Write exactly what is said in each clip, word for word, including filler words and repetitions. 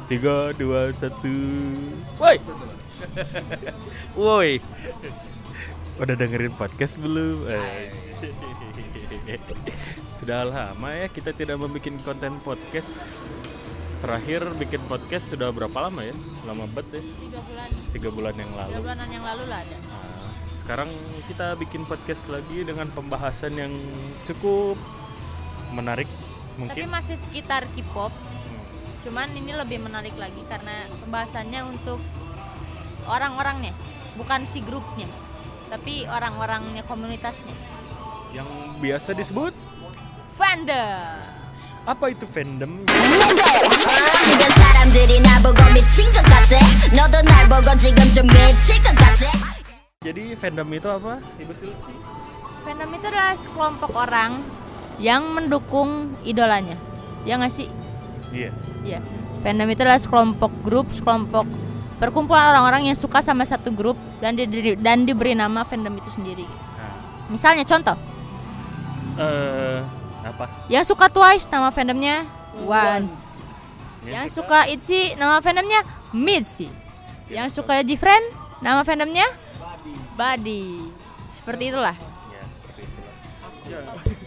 Tiga, dua, satu. Woi. Woi. Udah dengerin podcast belum? Eh. Sudah lama ya kita tidak membuat konten podcast. Terakhir bikin podcast sudah berapa lama ya? Lama banget ya. Tiga bulan. Tiga bulan yang lalu. Tiga bulanan yang lalu lah ada. Nah, sekarang kita bikin podcast lagi dengan pembahasan yang cukup menarik. Mungkin. Tapi masih sekitar K-pop. Cuman ini lebih menarik lagi karena pembahasannya untuk orang-orangnya, bukan si grupnya, tapi orang-orangnya, komunitasnya. Yang biasa disebut fandom. Apa itu fandom? Jadi fandom itu apa, Ibu Silvi? Fandom itu adalah sekelompok orang yang mendukung idolanya. Ya nggak sih? Iya. Iya. Fandom itu adalah sekelompok grup, sekelompok perkumpulan orang-orang yang suka sama satu grup dan di, dan diberi nama fandom itu sendiri. Nah. Misalnya contoh. Uh, apa? Yang suka Twice nama fandomnya Once. Yang, yang suka ITZY nama fandomnya Mitzy. Yang suka Gfriend nama fandomnya Buddy. Seperti itulah. Ya, seperti itulah. Ya.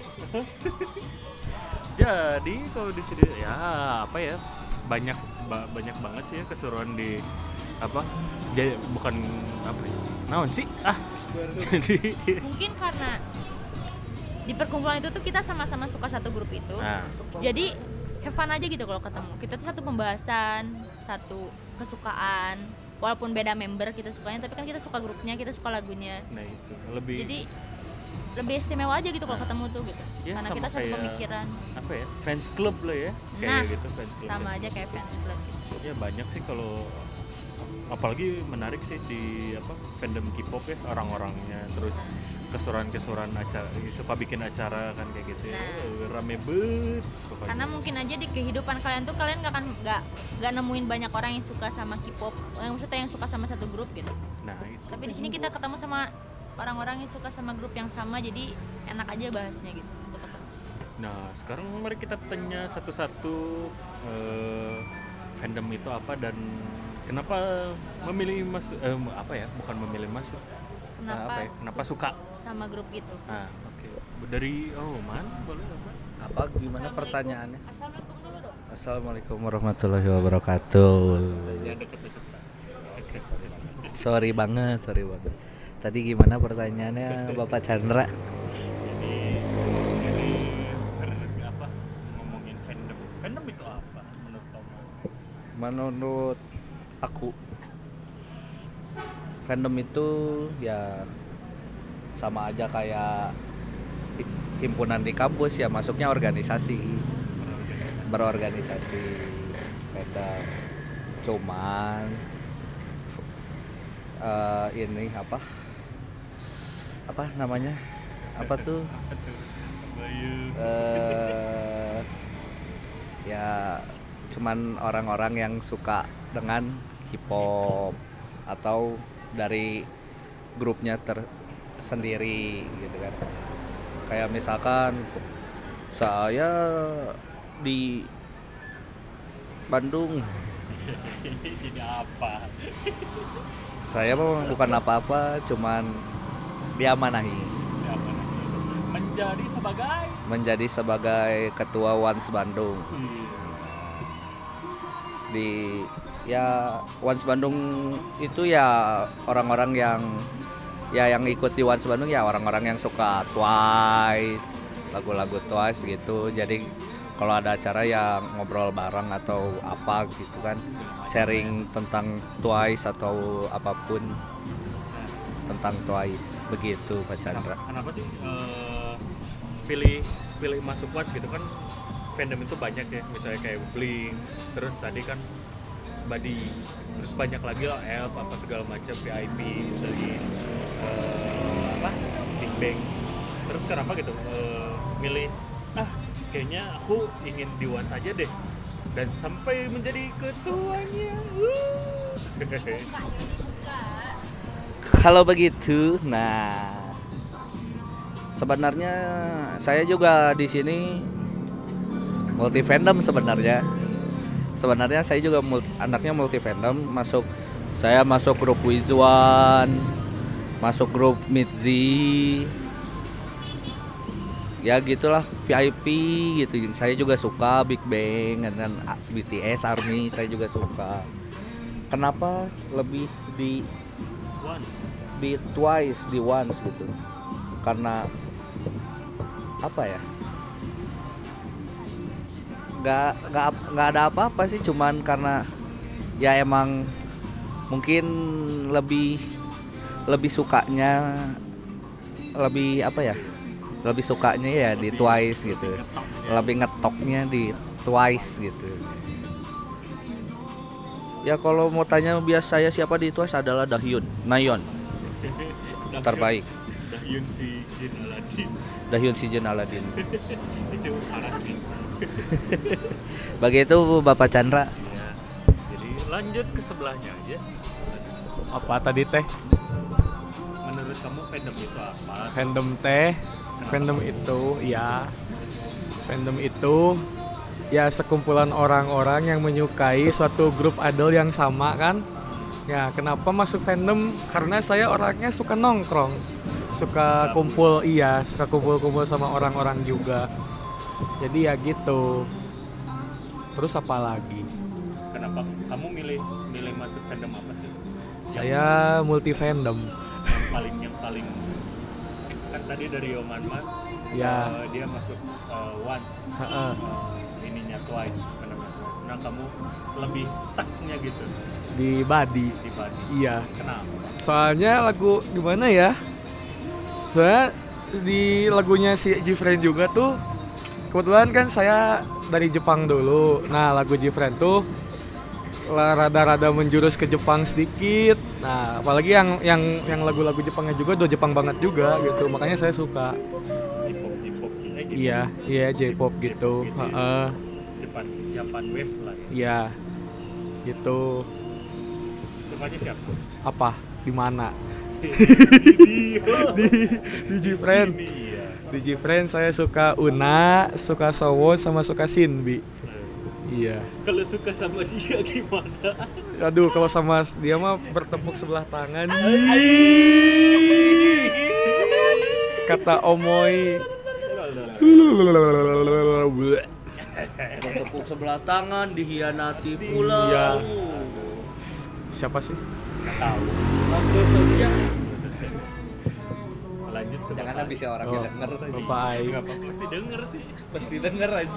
Jadi kalau di sini ya apa ya, banyak ba- banyak banget sih ya keseruan di apa, jadi bukan apa ya, naon sih ah jadi mungkin karena di perkumpulan itu tuh kita sama-sama suka satu grup itu, nah. Jadi have fun aja gitu kalau ketemu. Kita tuh satu pembahasan, satu kesukaan, walaupun beda member kita sukanya, tapi kan kita suka grupnya, kita suka lagunya. Nah itu lebih jadi lebih istimewa aja gitu kalau ketemu tuh gitu ya, karena kita satu pemikiran. Apa ya, fans club lah ya kayak nah, gitu, fans club sama fans aja club. kayak fans club gitu. Ya banyak sih kalau, apalagi menarik sih di apa fandom K-pop ya, orang-orangnya, terus keseruan-keseruan acara, suka bikin acara kan kayak gitu ya. Nah, rame bet pokoknya. Karena mungkin aja di kehidupan kalian tuh kalian gak akan gak, gak nemuin banyak orang yang suka sama K-pop, yang maksudnya yang suka sama satu grup gitu. Nah itu. Tapi di sini kita ketemu sama orang-orang yang suka sama grup yang sama, jadi enak aja bahasnya gitu untuk ketemu. Nah sekarang mari kita tanya satu-satu uh, fandom itu apa dan kenapa memilih masuk, eh, apa ya, bukan memilih masuk. Kenapa, nah, apa ya? Kenapa suka sama grup itu? Ah, oke. Okay. Dari oh man, boleh apa? Apa gimana pertanyaannya? Assalamualaikum dulu dong. Assalamualaikum warahmatullahi wabarakatuh. Saya deket-deket. Oke, sorry banget. Sorry banget, sorry banget. Tadi gimana pertanyaannya Bapak Chandra? Jadi jadi apa ngomongin fandom. Fandom itu apa menurut kamu? Menurut aku fandom itu ya sama aja kayak himpunan di kampus ya, masuknya organisasi, berorganisasi fandom. Cuman uh, ini apa apa namanya apa tuh uh, ya cuman orang-orang yang suka dengan K-pop atau dari grupnya tersendiri gitu kan. Kayak misalkan saya di Bandung. Jadi apa? Saya mah bukan apa-apa, cuman diamanahi. Menjadi sebagai menjadi sebagai ketua Once Bandung. Di ya Once Bandung itu ya orang-orang yang ya yang ikut di Once Bandung ya orang-orang yang suka Twice, lagu-lagu Twice gitu. Jadi kalau ada acara ya ngobrol bareng atau apa gitu kan, sharing tentang Twice atau apapun tentang Twice begitu Pak Chandra. Kenapa, kenapa sih uh, pilih pilih masuk Once gitu kan? Fandom itu banyak ya, misalnya kayak Blink, terus tadi kan Buddy, terus banyak lagi lah Elf apa segala macam, V I P dari uh, apa Big Bang. Terus kenapa gitu uh, milih ah kayaknya aku ingin di Once aja deh dan sampai menjadi ketuanya. Kalau begitu, nah sebenarnya saya juga di sini multi fandom sebenarnya. sebenarnya saya juga multi, anaknya multi fandom, masuk saya masuk grup Wizwan, masuk grup Mitzi, ya gitulah V I P gitu. Saya juga suka Big Bang dan B T S, ARMY saya juga suka. Kenapa lebih di Once. di Twice, di Once gitu? Karena apa ya? Nggak nggak nggak ada apa-apa sih, cuman karena ya emang mungkin lebih lebih sukanya lebih apa ya? Lebih sukanya ya di Twice gitu. Lebih ngetoknya di Twice gitu. Ya kalau mau tanya biasa saya siapa di Twice adalah Dahyun, Nayeon. Terbaik. Dahyun si Jin Aladin. Dahyun si Jin Aladin. Itu parah sih. Begitu Bapak Chandra. Ya. Jadi lanjut ke sebelahnya aja. Apa tadi teh? Menurut kamu fandom itu apa? Fandom teh, fandom itu ya, fandom itu ya sekumpulan orang-orang yang menyukai suatu grup idol yang sama kan. Ya kenapa masuk fandom? Karena saya orangnya suka nongkrong, suka kumpul, iya suka kumpul-kumpul sama orang-orang juga. Jadi ya gitu. Terus apa lagi? Kenapa kamu milih milih masuk fandom apa sih? Saya multi fandom. Yang paling yang paling kan tadi dari Yomanma Ya. uh, dia masuk uh, Once, Heeh. uh, ininya Twice, fandom Twice. Nah kamu lebih taknya gitu Di Body. di Body. Iya. Kenapa? Soalnya lagu gimana ya? Soalnya di lagunya si Jifren juga tuh kebetulan kan saya dari Jepang dulu. Nah lagu Jifren tuh lah rada-rada menjurus ke Jepang sedikit. Nah apalagi yang yang yang lagu-lagu Jepangnya juga udah Jepang banget juga gitu. Makanya saya suka. J-pop, J-pop, eh, J-pop. Iya, iya J-pop gitu. gitu ya. Heeh. Japan, Japan Wave lah ya. Iya. Gitu. Sukanya siapa? Apa? Di mana? di Di di Jifren. sini, ya. Di Jifren saya suka Una, suka Sowon sama suka Shinbi. Iya. Kalau suka sama dia gimana? Aduh, kalau sama dia mah bertepuk sebelah tangan. Kata Omoy. Bertepuk sebelah tangan, dihianati pula. Iya. Siapa sih? Nggak tahu. Lanjut ke Jangan Bapak. habis ya orang Oh, yang denger. Bapak Ai. Nggak apa-apa, pasti denger sih. Pasti denger aja.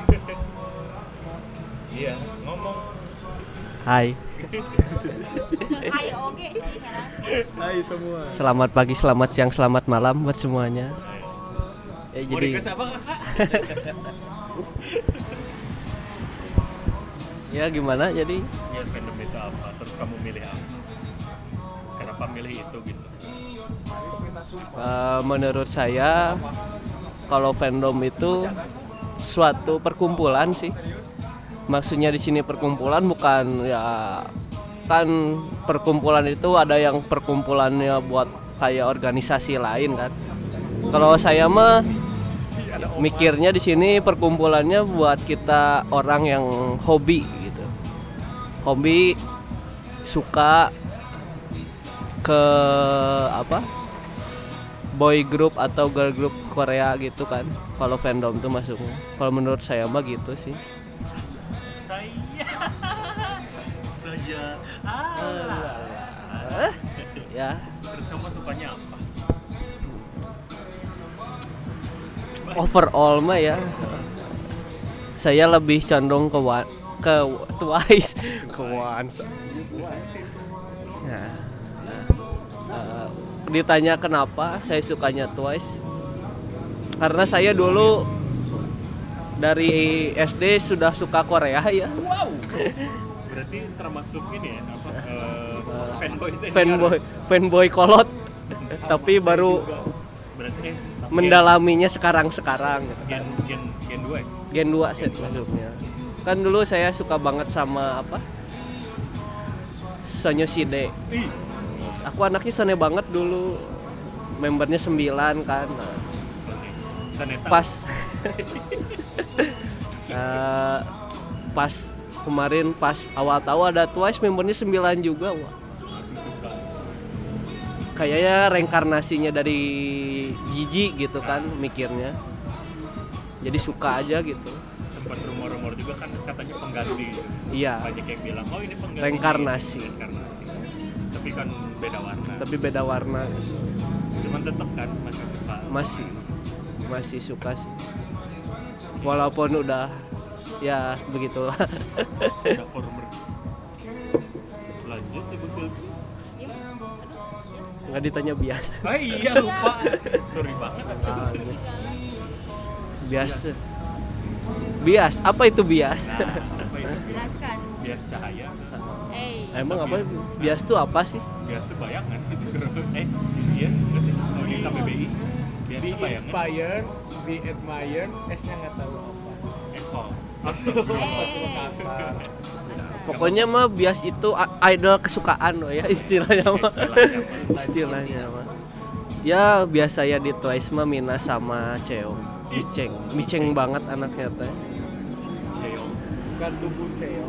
Iya, ngomong. Hai. Hai oke sih heran. Hai semua. Selamat pagi, selamat siang, selamat malam buat semuanya. Ya, Mau jadi request apa Kak? ya gimana? Jadi Ya fandom itu apa? Terus kamu milih apa? Kenapa milih itu gitu? eh, menurut saya kalau fandom itu suatu perkumpulan sih. Maksudnya di sini perkumpulan bukan ya kan perkumpulan itu ada yang perkumpulannya buat kayak organisasi lain kan. Kalau saya mah mikirnya di sini perkumpulannya buat kita orang yang hobi gitu. Hobi suka ke apa? Boy group atau girl group Korea gitu kan. Kalau fandom tuh masuknya. Kalau menurut saya mah gitu sih. Saya Saya ah. Ya, Terus kamu sukanya apa? overall mah ya. Saya lebih condong ke wa- ke Twice, ke Once. Nah, uh, ditanya kenapa saya sukanya Twice? Karena saya dulu dari S D sudah suka Korea ya. Wow. Berarti termasuk ini ya apa? Uh, fanboy senior. Fanboy, fanboy kolot. Tapi baru Berarti eh, mendalaminya sekarang-sekarang gitu. Gen gen gen dua. Ya? Gen dua set maksudnya. Kan dulu saya suka banget sama apa? Sonyoside. Ih, Aku anaknya Sone banget dulu. Membernya sembilan kan. Nah, Saneta. pas uh, pas kemarin pas awal tahu ada Twice membernya sembilan juga, wah. Masih suka. Kayaknya reinkarnasinya dari Gigi gitu kan mikirnya. Jadi suka aja gitu. Sempat rumor-rumor juga kan katanya pengganti gitu. Iya. Banyak yang bilang oh ini pengganti Reinkarnasi. reinkarnasi. Tapi kan beda warna. Tapi beda warna. Cuman tetap kan masih suka. Masih masih suka sih. Walaupun udah ya begitulah. Udah former. Lanjut Ibu Silvi. Nggak ditanya bias. Oh iya lupa. Sorry banget. Bias. Bias. Apa itu bias? Nah, apa itu? Jelaskan. Bias cahaya. Eh, Emang apa bias tuh apa sih? Bias itu bayangan. eh iya nggak sih? Kalau di K B B I bias Be itu bayangan. inspired, be admired, S-nya nggak tahu apa. Eskol. Eh. Kasar. Pokoknya mah bias itu a- idol kesukaan loh ya istilahnya mah. Istilahnya mah. Ya biasa ya di Twice mah Mina sama Cheong. Miceng, miceng banget anaknya teh. Cheong. Bukan tubuh Cheong.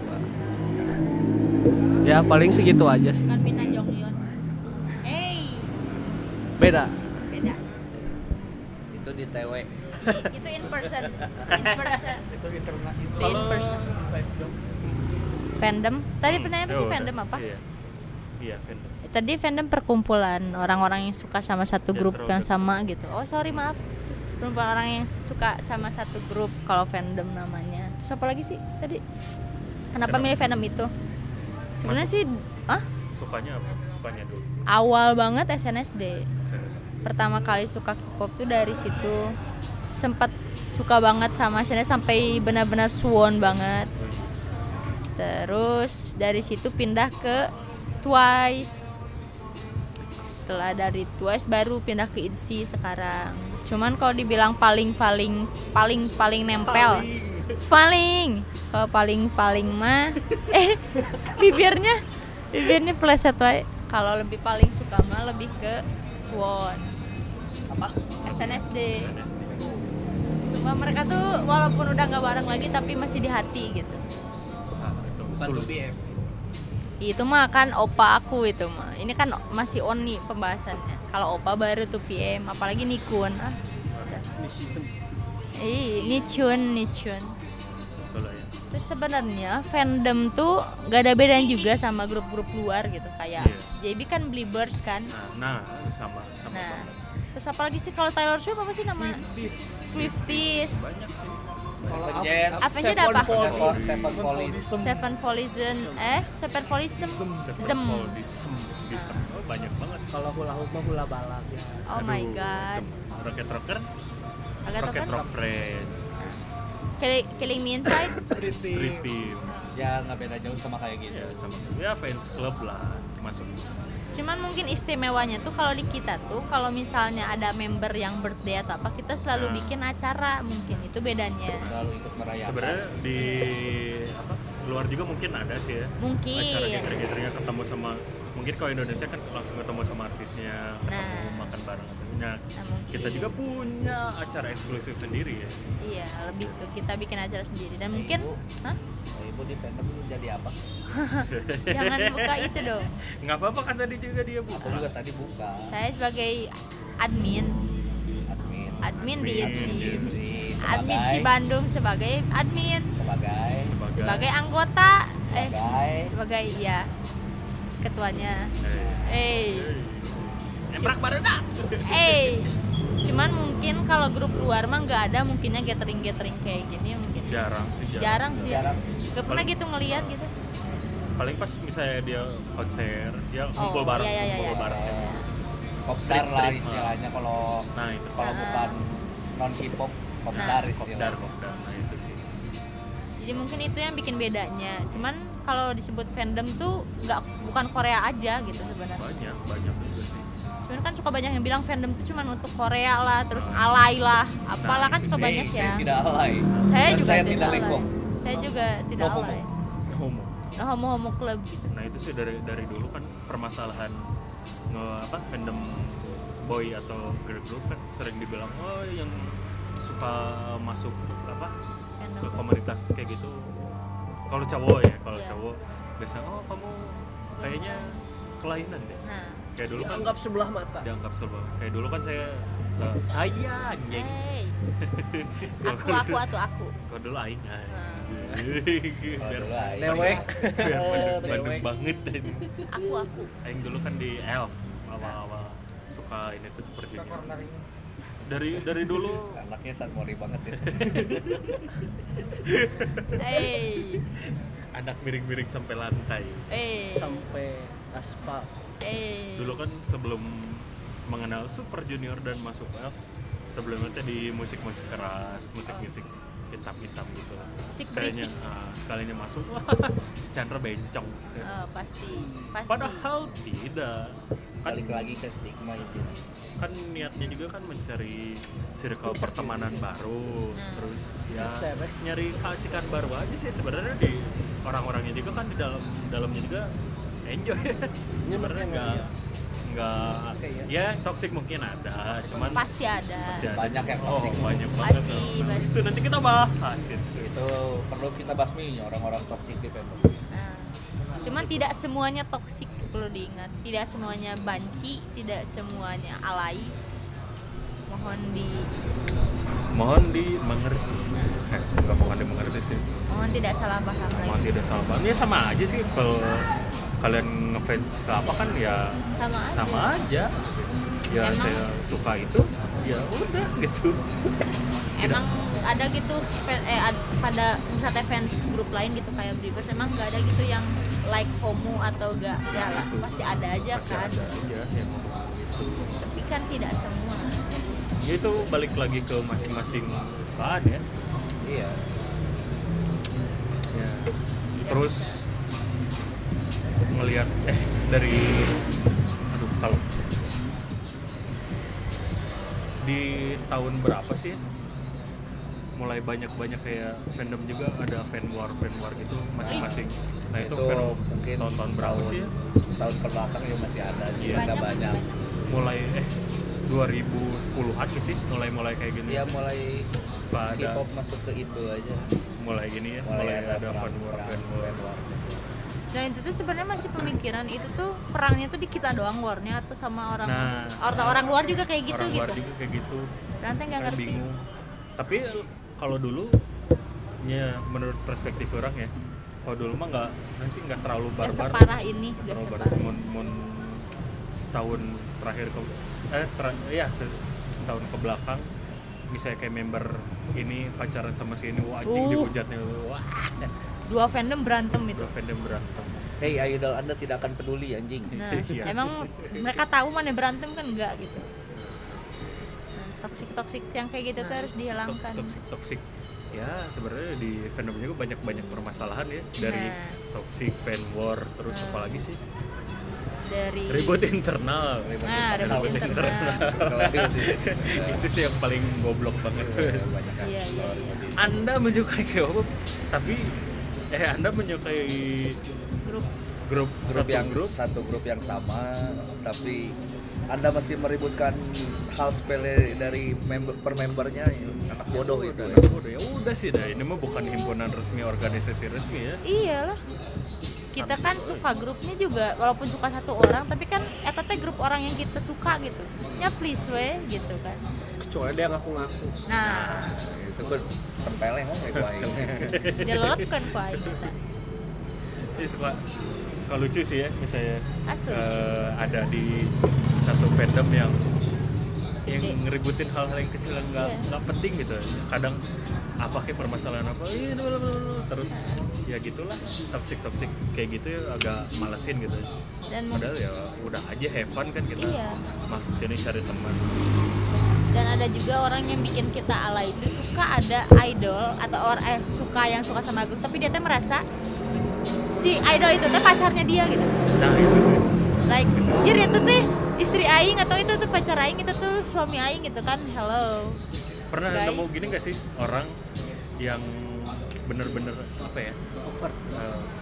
Ya paling segitu aja sih. Kan Mina Jonghyun. Eh, Beda. beda. Itu di T W. I- itu in person. In person. Itu internet itu. Itu in person. Inside jokes. Fandom. Tadi pertanyaan apa sih Oh, fandom udah. apa? Iya. Iya, fandom. Tadi fandom perkumpulan orang-orang yang suka sama satu grup Genre, yang gitu. sama gitu. Oh sorry maaf, perkumpulan orang yang suka sama satu grup kalau fandom namanya. Terus apa lagi sih tadi? Kenapa Fandom. milih fandom itu? Sebenarnya sih, ah Sukanya apa? Sukanya dulu. awal banget S N S D. Serius. Pertama kali suka K-pop tuh dari situ. Sempat suka banget sama S N S sampai benar-benar suwon banget. Terus dari situ pindah ke Twice. Setelah dari Twice baru pindah ke I T Z Y sekarang. Cuman kalau dibilang paling paling paling paling nempel, paling kalau paling paling mah, eh bibirnya bibirnya pleset wae. Kalau lebih paling suka mah lebih ke Suwon. Apa? S N S D. S N S D. Sumpah mereka tuh walaupun udah nggak bareng lagi tapi masih di hati gitu. Nah, itu Bukan sulit. two B M. Itu mah kan opa aku itu mah. Ini kan masih Oni pembahasannya. Kalau opa baru tuh P M, apalagi Nikun. Ah. Ih, Nichun, Nichun. Kalau ya. Terus sebenarnya fandom tuh gak ada bedanya juga sama grup-grup luar gitu kayak Iya. J B kan Bluebirds kan. Nah, nah sama sama Nah, banget. terus apalagi sih kalau Taylor Swift apa sih nama? Swifties. Swifties. Banyak sih. Kalau Jen. Avenged apa? Seven, seven Police. Seven Poison, eh Seven Polism. Zem. Oh, disem, disem. Oh, banyak banget. kalau hula hoop mah hula balap ya. Oh my Aduh, god. tem- Rocket Rockers, Agak Rocket kan? Rock Friends, Killing, Killing Me Inside. Street Street team. Team. Ya nggak beda jauh sama kayak gitu. Ya sama ya fans club lah masuk. Cuman mungkin istimewanya tuh kalau di kita tuh kalau misalnya ada member yang birthday atau apa kita selalu Nah. bikin acara mungkin itu bedanya. Selalu ikut merayakan. Sebenarnya di apa luar juga mungkin ada sih ya. Mungkin. Acara gathering-gatheringnya ketemu sama mungkin kalau Indonesia kan langsung ketemu sama artisnya, ketemu Nah. makan bareng. Nah, Nah, mungkin. kita juga punya acara eksklusif sendiri ya. Iya, lebih ke kita bikin acara sendiri dan mungkin Ibu. hah? Nah, Ibu di fandom jadi apa? Jangan buka itu dong. Nggak apa-apa kan tadi juga dia Aku buka. juga tadi buka. Saya sebagai admin, Admin. admin di I T Z Y. Admin. Di- Admin si sebagai Bandung sebagai admin, sebagai Sebagai, sebagai anggota eh sebagai sebagai iya ketuanya. eh, Eh. Emprak barudak. Eh, cuman mungkin kalau grup luar mah nggak ada mungkinnya gathering gathering kayak gini ya mungkin. Jarang sih, jarang. Jarang sih. jarang. Gak pernah gitu ngeliat gitu. Paling pas misalnya dia konser, dia Oh, ngumpul bareng, iya, iya, iya, ngumpul iya. bareng. ya. Kopdar lah Trip-trip, istilahnya kalau Nah, itu kalau Ah. bukan non hip hop kopdar Nah. kopdar, istilahnya. kopdar. Nah, itu sih. Jadi mungkin itu yang bikin bedanya. Cuman kalau disebut fandom tuh nggak bukan Korea aja gitu sebenarnya. Banyak, banyak juga sih. Cuman kan suka banyak yang bilang fandom tuh cuman untuk Korea lah, terus alay lah, apalah kan itu suka sih. banyak Saya ya. tidak alay. Saya Dan juga saya tidak tidak alay. lekong. Saya juga tidak No homo. alay. Homo. Nah, homo-homo club gitu. Nah, itu sih dari dari dulu kan permasalahan nge apa fandom boy atau girl group kan sering dibilang oh yang suka masuk apa ke Fandom. komunitas kayak gitu kalau cowok ya kalau Iya. cowok biasa oh kamu kayaknya kelainan deh Nah, kayak dulu kan Anggap sebelah mata. dianggap sebelah kayak dulu kan saya uh, saya anjing hey. Aku aku atau aku. kalau dulu aing aing. Nah. Kalau biar dulu aing. Dewek. biar Bandung, Bandung Dewek. banget dan Aku aku. aing dulu kan di Elf awal-awal suka ini tuh Super Junior dari dari dulu Anaknya San Mori banget ya. Hey. anak miring-miring sampai lantai Eh. Sampai aspal. Eh. dulu kan sebelum mengenal Super Junior dan masuk Elf sebelumnya tuh di musik-musik keras musik-musik hitam-hitam gitu Musik sekalinya berisik. ah, sekalinya masuk wah si Chandra bencong Oh, pasti. Pasti. padahal tidak kan, Balik lagi ke stigma itu. kan niatnya juga kan mencari circle pertemanan baru Nah. terus ya Cewek. nyari keasikan baru aja sih sebenarnya di orang-orangnya juga kan di dalam dalamnya juga enjoy sebenarnya nggak nggak Oke, ya toxic mungkin ada cuman Pasti ada. pasti ada. Banyak yang oh toxic. banyak banget Pasti, Nah, pasti. itu nanti kita bahas itu Itu perlu kita basmi orang-orang toksik di fandom. Nah, cuman tidak semuanya toksik perlu diingat. Tidak semuanya banci, tidak semuanya alay. Mohon di mohon dimengerti eh, nggak mohon dimengerti sih mohon tidak salah paham mohon lagi. tidak salah paham ya sama aja sih kalau kalian ngefans ke apa kan ya Sama aja. sama aja ya Emang- saya suka itu ya udah gitu Emang ada gitu fan- eh ad- pada misalnya fans grup lain gitu kayak Believers emang nggak ada gitu yang like homo atau enggak ya lah, pasti ada aja pasti kan. ada aja yang ngomong gitu Tapi kan tidak semua. ya itu balik lagi ke masing-masing kesukaan ya Iya. ya terus ngelihat eh dari aduh kalau di tahun berapa sih mulai banyak-banyak kayak fandom juga ada fan war fan war gitu masing-masing nah itu, Itu fandom mungkin tahun-tahun berapa tahun- sih ya? Tahun kebelakang ya masih ada, Iya. ada banyak. mulai eh dua ribu sepuluhan sih mulai-mulai kayak gini Dia mulai suka ada K-pop masuk ke Indo aja. mulai gini ya Mulai, mulai, ada, ada perang, fan war perang, fan war fan war. Dan itu tuh sebenarnya masih pemikiran itu tuh perangnya tuh di kita doang warnya atau sama orang Nah. atau orang luar juga kayak gitu orang luar gitu. juga kayak gitu Nanti nggak Kayak ngerti. bingung tapi kalau dulu ya menurut perspektif orang ya kalau dulu mah nggak nggak sih nggak terlalu Gak barbar separah ini, Nggak gak terlalu separah. barbar ini. mon, mon setahun terakhir ke eh ter- ya se- setahun ke belakang misalnya kayak member ini pacaran sama si ini wah anjing Uh. dihujatnya wah Dua fandom berantem itu. udah fandom berantem Hey idol Anda tidak akan peduli anjing. Nah, Iya. emang mereka tahu mana berantem kan enggak gitu. Toksik toksik yang kayak gitu tuh harus dihilangkan. toxic toxic ya sebenarnya di fandom juga banyak banyak permasalahan ya dari Nah. toxic fan war terus Nah. apa lagi sih Dari ribut internal ribut Nah, ribut internal. itu sih yang paling goblok banget Banyak yang Iya, iya, story. iya. Anda menyukai K-pop tapi eh Anda menyukai Grup grup Grup satu yang grup satu grup yang sama, tapi Anda masih meributkan hal sepele dari member per membernya, ya, anak bodoh itu. Udah, udah ya udah sih dah ini mah bukan himpunan resmi organisasi resmi ya iyalah. Kita kan suka grupnya juga walaupun suka satu orang tapi kan eta teh grup orang yang kita suka gitu. Ya please we gitu kan. Kecuali dia ngaku-ngaku. Nah, Itu gue tempeleng kok kayak gue ini. dilelepkan ku aing eta. Ini suka suka lucu sih ya misalnya Asli. eh, ada di satu fandom yang yang Gede. ngeributin hal-hal yang kecil yang nggak Iya. nggak penting gitu kadang apa kayak permasalahan apa "Ih, blablabla." terus ya gitulah toxic toxic kayak gitu ya agak malesin gitu Dan padahal ya udah aja have fun kan kita Iya. masuk sini cari teman dan ada juga orang yang bikin kita alay itu suka ada idol atau orang eh suka yang suka sama grup tapi dia tuh merasa si idol itu tuh pacarnya dia gitu. nah itu sih Like, jir itu tuh istri aing atau itu tuh pacar aing itu tuh suami aing gitu kan. Hello. pernah Guys. nemu gini gak sih orang yang bener-bener apa ya Over. eh,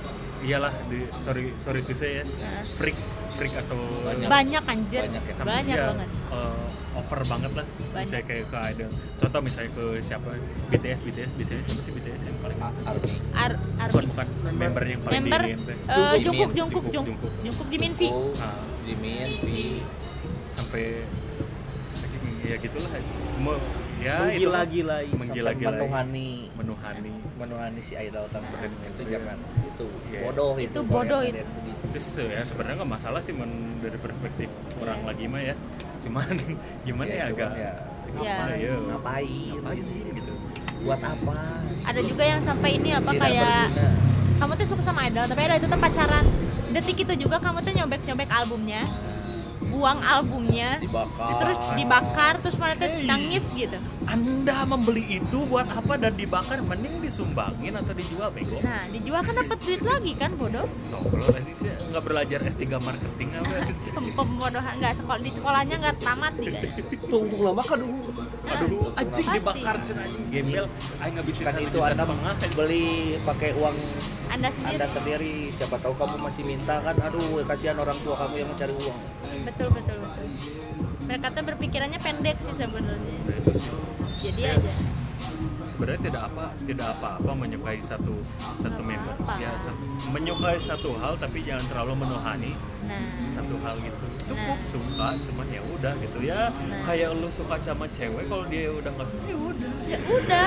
iyalah di, sorry sorry to say ya, Nah. freak freak atau Banyak anjir. Banyak ya. sampai Banyak ya, banget. eh, over banget lah. Banyak. Misalnya kayak ke idol. Contoh misalnya ke siapa B T S B T S biasanya siapa sih B T S yang paling Army. Ar bukan Army. bukan member yang paling Member diin teh. eh, Jungkook, Jungkook, Jimin. Jungkook, Jungkook, Jungkook, Jungkook. Jungkook Jimin V. Oh, Nah, Jimin, V. sampai anjing, ya gitulah. Mau ya itu Menggila-gilai. menggila-gilai, menuhani menuhani. menuhani si idol tersebut itu Iya. jangan itu Iya. bodoh Itu kalau bodoh yang itu. ada di- Terus ya sebenarnya nggak masalah sih men, dari perspektif orang Iya. lagi mah ya. Cuman gimana ya, Ya, agak cuman ya, Iya. apa ya? ngapain Ngapain gitu. gitu. Buat apa? Ada juga yang sampai ini apa Tidak kayak berguna. kamu tuh suka sama idol tapi idol itu tuh pacaran. Detik itu juga kamu tuh nyobek-nyobek albumnya, buang albumnya, Dibakar. terus dibakar, terus mana tuh Hey. nangis gitu. Anda membeli itu buat apa dan dibakar, mending disumbangin atau dijual bego. Nah, dijual kan dapat duit lagi kan, bodoh. Ngobrol tadi sih nggak belajar S tiga marketing apa. Pem- Pembodohan nggak sekolah di sekolahnya nggak tamat nih kan. Tunggu lama kan dulu. Aduh, anjing Pasti. dibakar sih anjing gembel. Aing nggak bisa Kan satu itu juta Anda setengah. beli pakai uang Anda sendiri. Anda sendiri. Siapa tahu kamu masih minta kan. Aduh, kasihan orang tua kamu yang mencari uang. Betul betul betul. Mereka tuh berpikirannya pendek sih sebenarnya. Jadi aja. Sebenarnya tidak apa tidak apa-apa menyukai satu satu Nggak member. apa-apa. Ya, satu- menyukai satu hal tapi jangan terlalu menuhani Nah, satu hal gitu. Cukup Nah. suka, cuman ya udah gitu ya. Nah. Kayak lu suka sama cewek, kalau dia udah nggak suka ya udah. ya udah.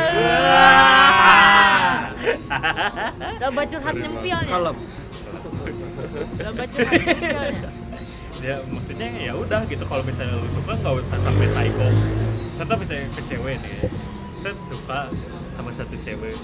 Allah. Loba curhat nyempilnya. Kalem. Loba curhat nyempilnya. Ya maksudnya ya udah gitu, kalau misalnya lu suka nggak usah sampai psycho. Contoh misalnya ke cewek nih ya. Set suka sama satu cewek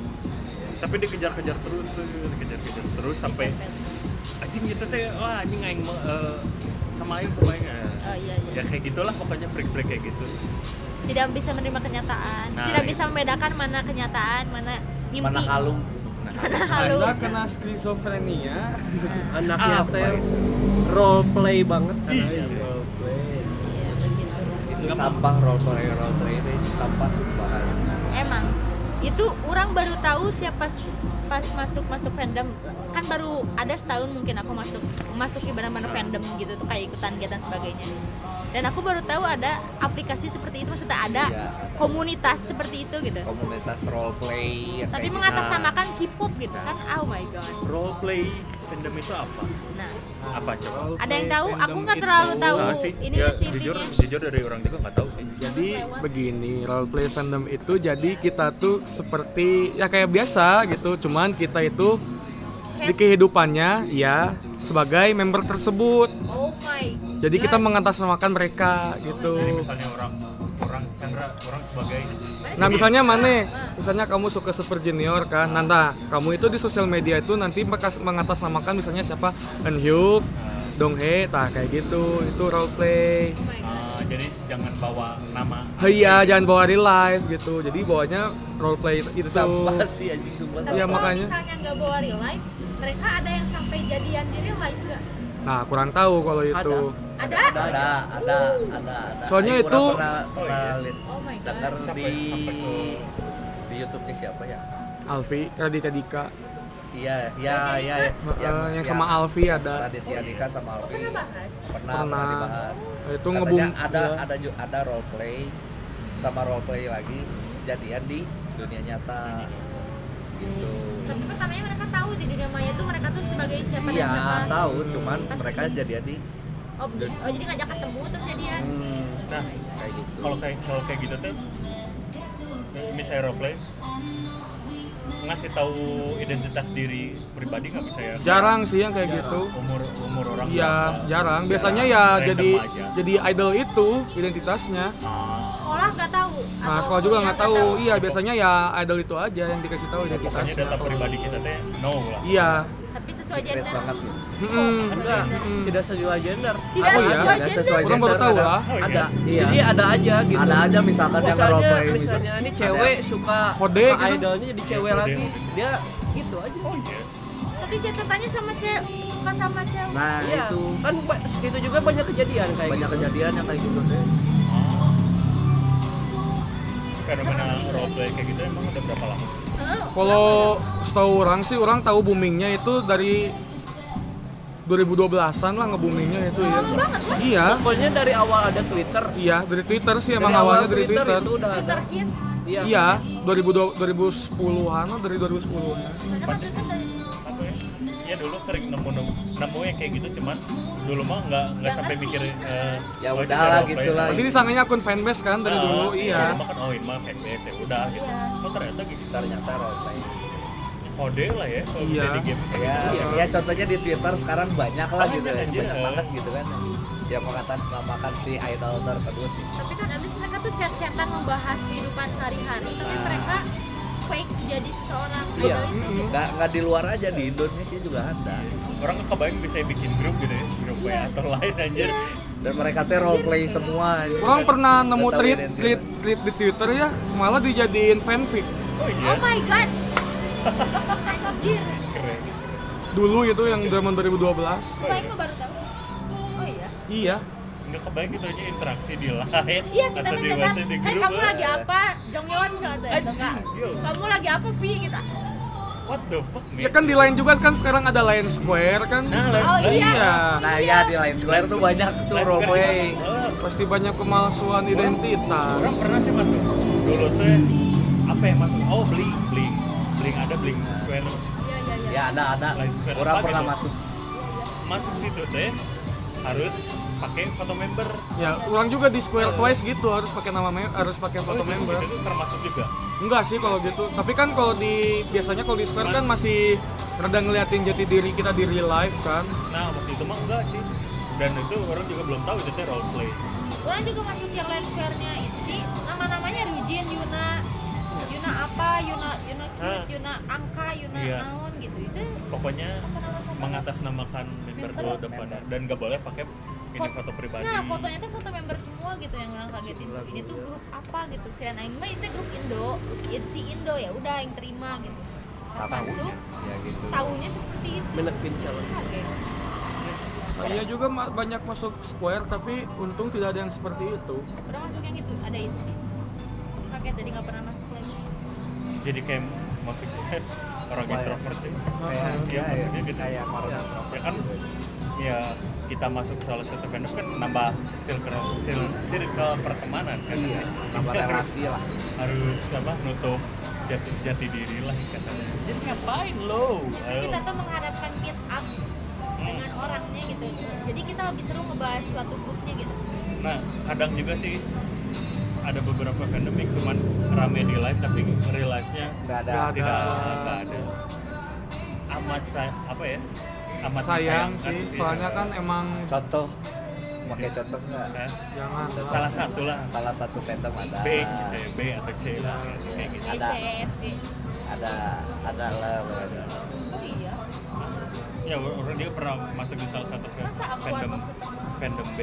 tapi dikejar-kejar terus dikejar-kejar terus sampai anjing gitu teh, wah anjing aing mah, eh, sama aing sama aing eh. Oh iya Ya iya. kayak gitulah pokoknya, freak-freak kayak gitu. Tidak bisa menerima kenyataan. Nah, Tidak itu. bisa membedakan mana kenyataan, mana mimpi. Mana kalung? Nah, Mana halus. Anda kena skizofrenia. Anaknya Apa teh ya? role play banget kan. Iya. Role play. Iya begitu. Itu sampah role play role play itu sampah sumpahan. Emang itu orang baru tahu siapa s- pas masuk masuk fandom, kan baru ada setahun mungkin aku masuk masuki benar-benar fandom gitu tuh, kayak ikutan kegiatan sebagainya, dan aku baru tahu ada aplikasi seperti itu, maksudnya ada Iya. komunitas seperti itu gitu, Komunitas role play yang tapi kayak mengatasnamakan K-pop gitu kan. Oh my god. role play fandom itu apa? Nah, Apa coba? ada yang tahu? Aku nggak terlalu tahu Nah, sih, ini ya, sih jujur intinya. jujur dari orang juga nggak tahu sih. Jadi begini, roleplay fandom itu jadi kita tuh seperti ya kayak biasa gitu, cuman kita itu di kehidupannya ya sebagai member tersebut. Oh my. Jadi kita God. mengatasnamakan mereka Jadi gitu. misalnya orang orang Chandra orang sebagai Nah misalnya Mane, misalnya kamu suka Super Junior kan, Nanda, kamu itu di sosial media itu nanti bekas- mengatasnamakan misalnya siapa, Eunhyuk, Donghae, nah kayak gitu, itu roleplay. Oh my god. uh, jadi jangan bawa nama. Iya, jangan bawa real life gitu, jadi bawanya roleplay itu. sampah sih anjing sumpah. Tapi Iya, kalau makanya. misalnya nggak bawa real life, mereka ada yang sampai jadian di real life nggak? Nah kurang tahu kalau itu. Ada? Ada, ada, ada, ada. Soalnya Aing itu- orang pernah, Oh, pernah iya. lihat Oh my god. dengar Sampai di sampai ke di YouTube-nya siapa ya? Alfi, Raditya Dika, Iya, ya, ya, Eh, yang sama Alfi ada. Raditya Dika sama Alfi. Pernah bahas? Pernah, Pernah. pernah dibahas. Itu Katanya ngebum. ada ya. ada ju- ada role play sama role play lagi jadian di dunia nyata. Gitu. Tapi pertamanya mereka tahu di dunia maya tuh mereka tuh sebagai siapa Iya, dan siapa. tahu, cuman Pasti. mereka jadian di Oh, oh jadi ngajak ketemu terus jadian. hmm, nah kayak gitu. kalau kayak kalau kayak gitu tuh misalnya roleplay ngasih tahu identitas diri pribadi nggak bisa ya? Jarang sih yang kayak gitu. Umur umur orang Iya, berapa? jarang. Biasanya ya Random jadi aja. jadi idol itu identitasnya. Sekolah nggak tahu. Nah, Atau sekolah juga kuliah nggak tahu. Iya, biasanya ya idol itu aja yang dikasih tahu Pokoknya identitasnya. data pribadi kita teh no lah. Iya. Tapi sesuai Secret gender. banget gitu. Mm-mm. Enggak, tidak sesuai gender. Tidak Oh, iya? sesuai Nggak gender. sesuai Orang baru gender, tahu ada. lah. Oh, Ada. Iya. Jadi ada aja gitu. Ada aja misalkan yang role Misalnya, play misalnya ini cewek suka Kode suka gitu. idolnya jadi cewek Kode. lagi. Dia gitu aja. Oh iya. Tapi catatannya sama cewek, bukan sama cewek. Nah, Iya. itu Kan ba- itu juga banyak kejadian kayak banyak gitu. kejadian yang kayak gitu deh. Fenomena roleplay kayak gitu emang udah berapa lama? Kalau setahu orang sih, orang tahu boomingnya itu dari dua ribu dua belasan lah nge-boomingnya itu ya. Iya, Pokoknya dari awal ada Twitter. iya dari Twitter sih emang Dari awal awalnya dari Twitter. itu udah ada. Twitter Hits. Iya. Iya, dua ribu sepuluhan lah, dari dua ribu sepuluhan. Pantes apa ya? Ya dulu sering nemu nemu nemu yang kayak gitu, cuman dulu mah nggak nggak sampai mikir eh, Ya oh, itu udahlah, ada gitu apa lah. ya. Pasti disangkanya akun fanbase kan dari Ah, dulu, iya. dulu mah kan oh ini mah fanbase ya udah gitu. Oh ternyata gitu. Ternyata roleplay. Kode lah ya kalau Iya. bisa di game. Ya, ya contohnya di Twitter sekarang banyak lah Banyak, gitu, anjir. banyak banget gitu kan. Ya mengatakan namakan si idol tersebut. Tapi kan abis mereka tuh chat-chatan membahas kehidupan sehari-hari, tapi mereka fake jadi seseorang. Iya, Idol itu. nggak nggak di luar aja, di Indonesia juga ada. Orang nggak kebayang bisa bikin grup gitu ya, grup W A atau lain anjir. Dan mereka teh roleplay semua. Orang pernah nemu Nggak tahu tweet, identitas. tweet, tweet di Twitter ya, malah dijadiin fanfic. Oh iya, Oh my god. Anjir. keren. Dulu itu yang zaman dua ribu dua belas. Baik mah baru tahu. Oh iya. Iya. Nggak kebayang gitu aja interaksi di lain Iya, kita atau di minta WhatsApp di hey grup. kamu eh. lagi apa? Jongyeon misalnya tuh, atau enggak? Yo. Kamu lagi apa, Vi? Kita. What the fuck, man? Ya kan di Line juga kan sekarang ada Line Square kan. Nah, Line Oh Square. iya. Nah ya di Line Square tuh banyak tuh Line Square roleplay. juga. Oh, Pasti banyak pemalsuan identitas. orang pernah sih masuk dulu tuh ya, apa yang masuk? Oh bling bling bling ada bling square Iya, iya, iya. Ya ada ada. Line Square Orang apa pernah gitu? masuk. masuk situ teh harus pakai foto member. Ya, orang juga di Square Twice gitu harus pakai nama mem- harus pakai foto Oh, itu- member. itu termasuk juga. Enggak sih kalau gitu. Tapi kan kalau di biasanya kalau di Square kan masih rada ngeliatin jati diri kita di real life kan. Nah waktu itu mah enggak sih, dan itu orang juga belum tahu itu teh role play. Orang juga masuk yang Line Square-nya Itzy, nama-namanya Ryujin, Yuna, Yuna apa, Yuna, Yuna Cute, Ah. Yuna Angka, Yuna Iya. Naon gitu. Itu Pokoknya apa nama sama? mengatasnamakan member dulu depan dan nggak boleh pakai ini Fot- foto pribadi. Nah, fotonya tuh foto member semua gitu yang orang kagetin tuh. Ini tuh grup apa gitu. Kirain aing mah itu grup Indo, Itzy Indo ya udah yang terima gitu. Pas masuk, Ya gitu. tahunya seperti itu. Menekin calon. Kaget. Saya juga ma- banyak masuk Square tapi untung tidak ada yang seperti itu. Orang masuk yang gitu, ada Itzy. Kaget jadi nggak pernah masuk lagi. Jadi kayak maksudnya orang Apa ya? introvert ya. Kayak Iya, maksudnya gitu. kayak orang Ya, ya kan ya kita masuk salah satu fandom kan nambah circle circle, circle pertemanan kan. Iya, nambah Kita harus- relasi lah. harus apa nutup jati, jati diri lah kasarnya. Jadi ngapain lo? Ayo. Kita tuh mengharapkan meet up dengan orangnya gitu. Jadi kita lebih seru ngebahas suatu grupnya gitu. Nah, kadang juga sih ada beberapa fandom yang cuman rame di live tapi real life-nya Nggak ada. Nggak tidak ada. nggak ada. Amat saya apa ya? Amat Sayang disayangkan sih, soalnya kan emang Contoh, pakai contoh nggak? Eh, jangan. salah satu lah Salah satu fandom ada. B misalnya B atau C lah kayak gitu. B C E F G. Ada ada lah. ada. Oh iya. Ya orang dia pernah masuk di salah satu fan- Masa aku fandom harus ketemu? fandom B.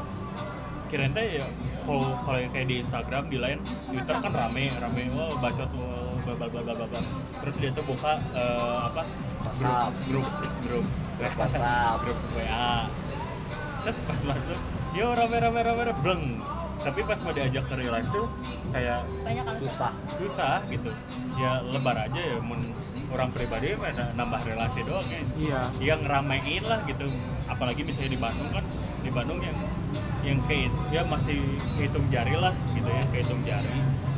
Kirain teh ya kalau kalau kayak di Instagram di lain Twitter kan rame rame wah bacot wah bla bla bla bla bla bla. Terus dia tuh buka eh, apa grup WhatsApp. grup grup Grup WhatsApp. grup W A. Set pas masuk yo rame rame rame rame bleng. Tapi pas mau diajak ke real life tuh kayak Banyak kalau Susah. susah gitu. Ya lebar aja ya mun orang pribadi mah nambah relasi doang ya. Iya. Yang ramein lah gitu, apalagi misalnya di Bandung kan, di Bandung yang yang kayak ya masih kehitung jari lah gitu ya, kehitung jari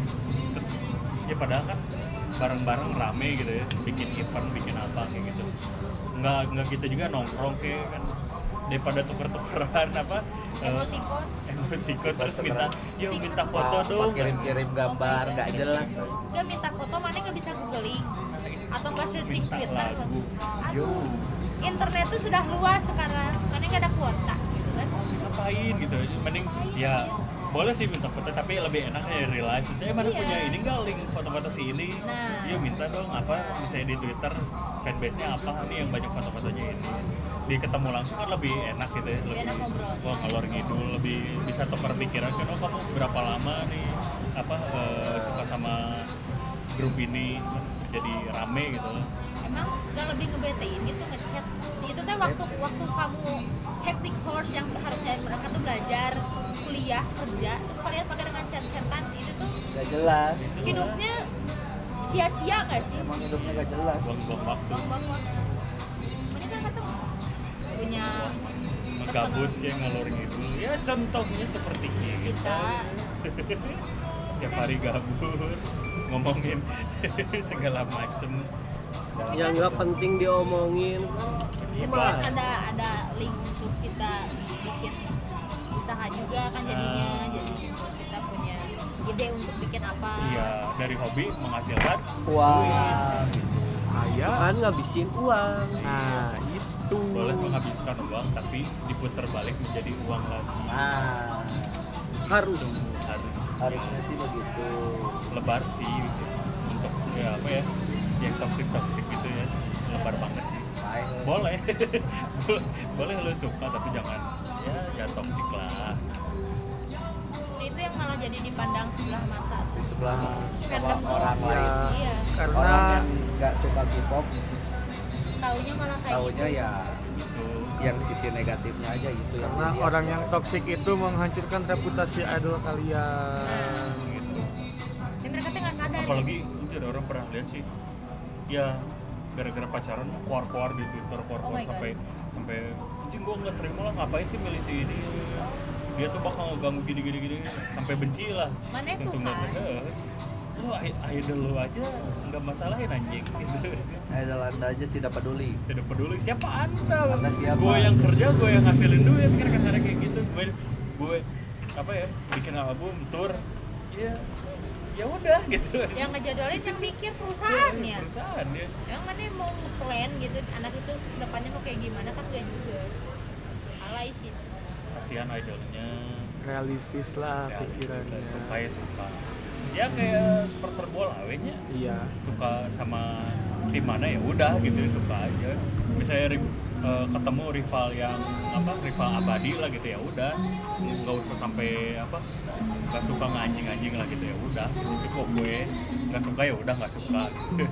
ya padahal kan bareng-bareng rame gitu ya, bikin event, bikin apa kayak gitu, nggak nggak gitu juga nongkrong kayak kan, daripada tuker-tukeran apa eh, emoticon. emoticon terus minta yuk minta foto dong. Kirim-kirim gambar nggak jelas. Dia minta foto mana nggak bisa googling atau nggak searching Minta Twitter. lagu. Aduh, internet tuh sudah luas sekarang, karena nggak ada kuota gitu kan. Ngapain gitu, mending ya boleh sih minta foto tapi lebih enaknya real life. Saya mana Iya. punya ini nggak link foto-foto si ini, Nah. yuk minta dong apa misalnya di Twitter fanbase-nya apa nih yang banyak foto-fotonya ini, di ketemu langsung kan lebih enak gitu ya, Lebih enak ngobrol. wah ngalor ngidul, lebih bisa tukar pikiran kan, oh kamu berapa lama nih apa eh, suka sama grup ini, jadi rame gitu. Emang nggak lebih ngebetein gitu ngechat itu teh waktu waktu kamu hectic course yang harusnya mereka tuh belajar kuliah kerja terus kalian pakai dengan chat-chatan itu tuh Nggak jelas. hidupnya sia-sia nggak sih? Emang hidupnya gak jelas. buang-buang waktu, Bang waktu. Mereka ketemu punya ngegabut kayak ngalor ngidul. Ya contohnya seperti ini. kita. Tiap hari gabut, ngomongin segala macem. Yang nggak penting diomongin. Kan Gimana? ada ada link untuk kita bikin usaha juga kan jadinya, jadi kita punya ide untuk bikin apa. Iya, dari hobi menghasilkan Wah. Aya. Kan ngabisin uang. Nah, itu. boleh menghabiskan uang tapi diputar balik menjadi uang lagi. Nah, Harus. Harus harusnya sih begitu. lebar sih gitu. Untuk ya apa ya, yang toksik toksik gitu ya, lebar banget sih. Baik. Boleh, boleh lu suka tapi jangan ya jangan toksik lah. Itu yang malah jadi dipandang sebelah mata Di tuh. sebelah Fandom sama tuh. orang Ya, lain. Iya. karena Orang yang nggak suka K-pop, Taunya malah kayak taunya gitu. ya Gitu. yang sisi negatifnya aja gitu yang karena dilihat. orang yang toksik itu menghancurkan reputasi idol kalian. Gitu. Dan mereka tuh nggak sadar. Apalagi itu ada orang pernah lihat sih, ya gara-gara pacaran keluar-keluar di Twitter, Oh keluar-keluar my God. sampai sampai anjing gua nggak terima lah, ngapain sih milih si ini, dia tuh bakal ngeganggu gini-gini gini sampai benci lah. Mana Tentu tuh, nggak kan? bener. Lu i- idol lu aja nggak masalahin anjing gitu. Idol anda aja tidak peduli. Tidak peduli siapa anda, Anda siapa? gue yang kerja, gue yang ngasilin duit kan kasarnya kayak gitu. Gue gue apa ya, bikin album tour, ya ya udah gitu. Yang ngejadwalin yang mikir perusahaannya. Perusahaan ya. Yang mana mau nge-plan gitu anak itu depannya mau kayak gimana kan gak juga. Alay sih. Kasihan idolnya. Realistis lah Realistis lah, pikirannya. suka ya suka. Ya kayak supporter bola awenya. Iya. Suka sama tim mana ya udah gitu, suka aja. Misalnya ri- eh, ketemu rival yang apa, rival abadi lah gitu, ya udah, nggak usah sampai apa, nggak suka nganjing-anjing lah gitu, ya udah gitu. Cukup gue nggak suka ya udah nggak suka gitu.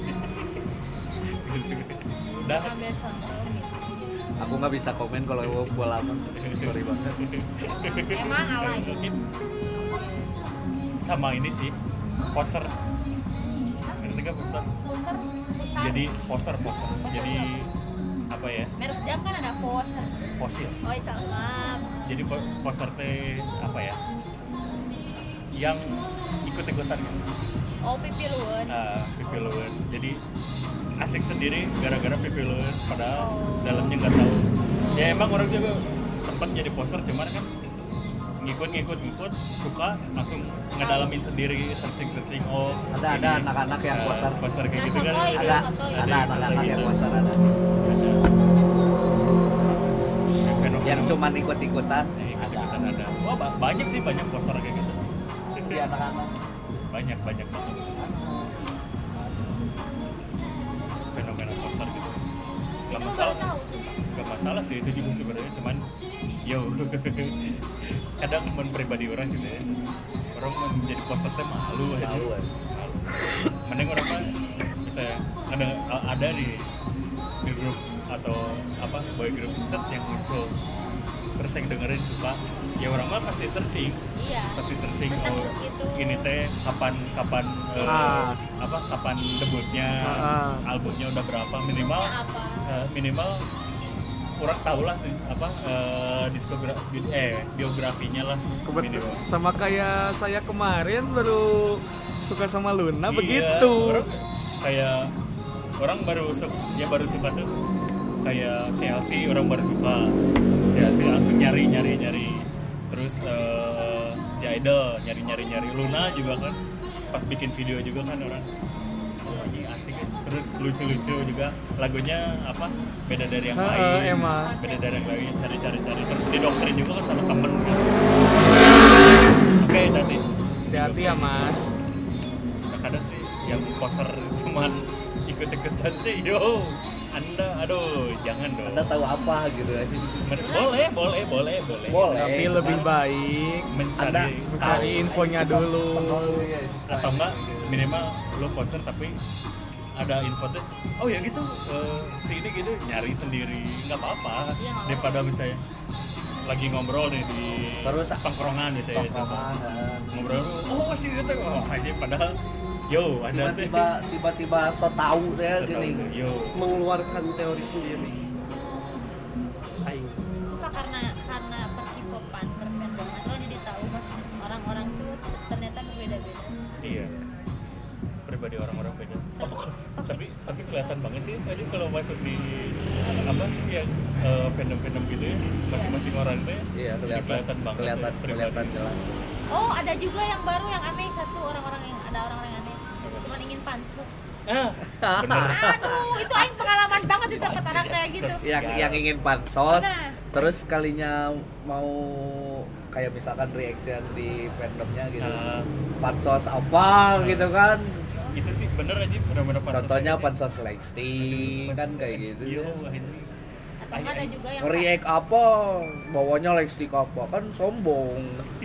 Udah. Ambil contoh. Aku nggak bisa komen kalau bola mah. Sorry banget. Emang alay. Sama ini sih, poser. Ngerti gak poser? Poster, pusat. Jadi poser poser. Jadi apa ya? merek jam kan ada poster. Fosil. Oh iya salah. Jadi po- poser teh apa ya? Yang ikut-ikutan kan? Oh pipi luwen. Uh, pipi luwen. Jadi asik sendiri gara-gara pipi luwen, padahal Oh. dalamnya nggak tahu. Ya emang orang juga sempat jadi poser, cuman kan ngikut-ngikut-ngikut suka langsung ngedalamin sendiri, searching-searching. Oh Ada- ada ini, anak-anak yang uh, poser. poser kayak Nah, gitu kan. sotoy dia, Ada sotoy. ada anak-anak yang poser ada. Fenomena- Yang cuman ikut-ikutan Ya, ada. ikut-ikutan ada. Wah ba- banyak sih, banyak poser kayak gitu. Di anak-anak. Banyak banyak banget. Fenomena poser gitu. Gak Itu masalah. baru tahu. Gak masalah sih itu juga sebenarnya, cuman yo kadang men pribadi orang gitu ya, orang men jadi poser teh malu aja. Malu, ya. Malu. Mending orang mah bisa ada ada di di grup atau apa boy group set yang muncul, terus yang dengerin suka, ya orang mah pasti searching, Iya. pasti searching Tentang oh itu. ini teh kapan kapan eh, Ah. apa kapan debutnya, Ah. albumnya udah berapa minimal. Ya apa? Eh, minimal kurang tahu lah sih apa eh, diskografi eh biografinya lah Kebetulan minimal. sama kayak saya kemarin baru suka sama Luna Iya, begitu. orang kayak orang baru suka, ya baru suka tuh kayak C L C, orang baru suka C L C, langsung nyari nyari nyari terus eh J-Idol nyari nyari nyari Luna juga kan pas bikin video juga kan orang oh, ini asik ya. Terus lucu-lucu juga lagunya apa beda dari yang Heeh, lain, emang. beda dari yang lain, cari-cari-cari terus didoktrin juga kan sama temen kan. Oke tadi Hati-hati ya Mas. kadang sih yang poser cuman ikut-ikutan sih yo anda aduh jangan dong. Anda tahu apa gitu aja. Men- boleh boleh boleh boleh Boleh. Tapi Eh, lebih cuman baik mencari Anda mencari infonya dulu. atau enggak minimal lo poser tapi ada info tuh oh ya gitu eh, si ini gitu nyari sendiri nggak apa-apa Iya, nggak daripada misalnya lagi ngobrol nih di Terus tongkrongan biasanya Tongkrongan, eh. ngobrol oh si itu oh aja padahal Yo, ada teh. tiba-tiba tiba-tiba so tahu saya So gini. tahu, Yo. mengeluarkan teori sendiri. Aing. Sumpah karena karena per K-popan, per fandoman lo jadi tahu mas orang-orang tuh ternyata berbeda-beda. Iya. Pribadi orang-orang beda. Oh, tapi tapi kelihatan banget sih aja kalau masuk di apa yang eh, fandom-fandom gitu ya, masing-masing orang tuh ya. Iya, kelihatan kelihatan banget. kelihatan ya, pribadi. kelihatan jelas. Oh ada juga yang baru yang aneh satu orang-orang yang ada orang-orang yang aneh cuma ingin pansus. Ah, benar. Aduh itu aing pengalaman banget itu dapet orang kayak gitu. Yang yang ingin pansos, Nah. terus kalinya mau kayak misalkan reaction di fandomnya gitu. Ah. Pansos apa gitu kan. Itu sih bener aja benar-benar pansos. Contohnya aja. pansos Lexting kan kayak gitu. Yo, ya. ini. Atau nggak ada juga yang Nge-react apa, bawanya Lexting apa kan sombong.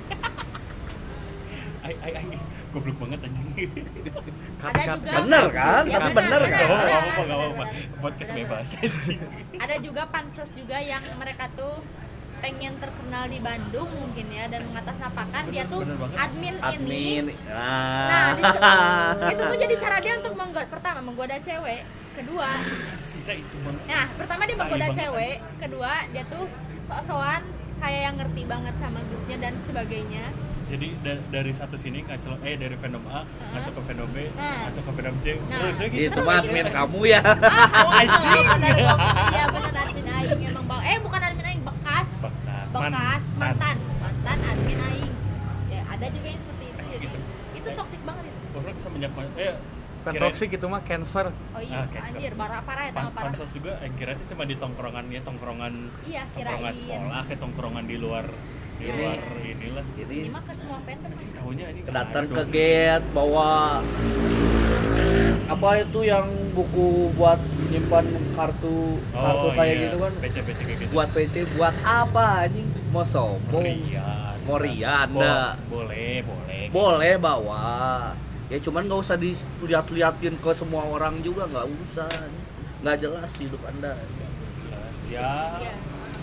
Ai ai ai goblok banget anjing. ada juga Bener kan? Ya, Tapi benar, bener benar, kan? Enggak benar, apa-apa, enggak benar, apa-apa. benar. Podcast Benar, bebas benar. anjing. Ada juga pansos juga yang mereka tuh pengen terkenal di Bandung mungkin ya dan mengatasnamakan dia tuh bener banget. admin, ini. Admin. Nah, Nah, di- itu tuh jadi cara dia untuk menggoda pertama menggoda cewek, kedua. Cinta itu banget. Nah, pertama dia menggoda Tai banget. cewek, kedua dia tuh sok-sokan kayak yang ngerti banget sama grupnya dan sebagainya. Jadi da- dari satu sini ngacel eh dari fandom A ngacel ke fandom B, Nah. ngacel ke fandom C. Nah. Terus ya gitu. itu mah admin kamu ya. Ah, kamu Anjing. bener dong. Iya bener admin aing emang bang. Eh bukan admin aing, bekas. Bekas. Bekas Man- mantan, mantan admin aing. Ya ada juga yang seperti itu. Anjing, Jadi itu. itu toksik banget itu. Orang bisa banyak eh Bukan kira- toksik itu mah cancer. Oh iya, Ah, cancel. anjir parah parah ya pan- tambah parah. pansos juga eh, kira itu cuma di tongkrongannya tongkrongan Iya, tongkrongan kirain. sekolah kayak tongkrongan di luar di Iya, luar iya. inilah. Ini Ini mah ke semua fandom. Anjing tahunya ini datang ada ke dong. gate bawa apa itu yang buku buat nyimpan kartu kartu Oh, kayak iya. gitu kan P C P C kayak gitu. buat P C buat apa anjing mau sombong Merian. mau rian Bo- dah boleh boleh boleh bawa ya cuman nggak usah dilihat-liatin ke semua orang juga nggak usah nggak jelas hidup anda jelas ya. Iya.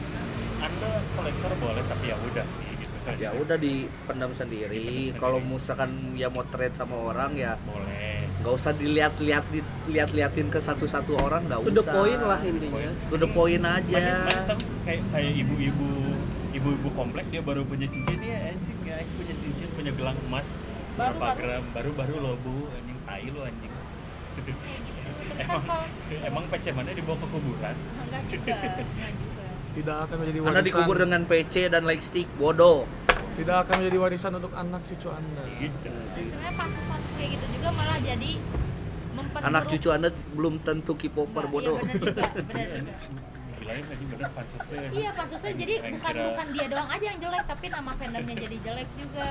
Anda kolektor boleh tapi ya udah sih gitu kan. ya udah dipendam sendiri Dipendam kalau sendiri. misalkan ya mau trade sama orang ya Boleh. nggak usah dilihat-lihat dilihat-lihatin ke satu-satu orang nggak To usah the point lah intinya. Point. to the point aja Mana, mana tahu kayak kayak ibu-ibu ibu-ibu komplek dia baru punya cincin ya anjing ya aku punya cincin punya gelang emas Baru, berapa baru. gram baru-baru lo bu anjing tai lo anjing. Kayak gitu. Tapi kan Emang kalau emang P C mana dibawa ke kuburan? enggak juga. Enggak juga. Tidak akan menjadi anda warisan. dikubur dengan P C dan lightstick bodoh Tidak akan menjadi warisan untuk anak cucu Anda. Tidak. Dan sebenarnya pansus-pansus kayak gitu juga malah jadi memperburuk. anak cucu anda belum tentu K-popper Enggak, bodoh Iya benar juga, benar juga. Bilangnya tadi bener pansusnya. Iya pansusnya jadi Yang bukan kira- bukan dia doang aja yang jelek tapi nama fandomnya jadi jelek juga.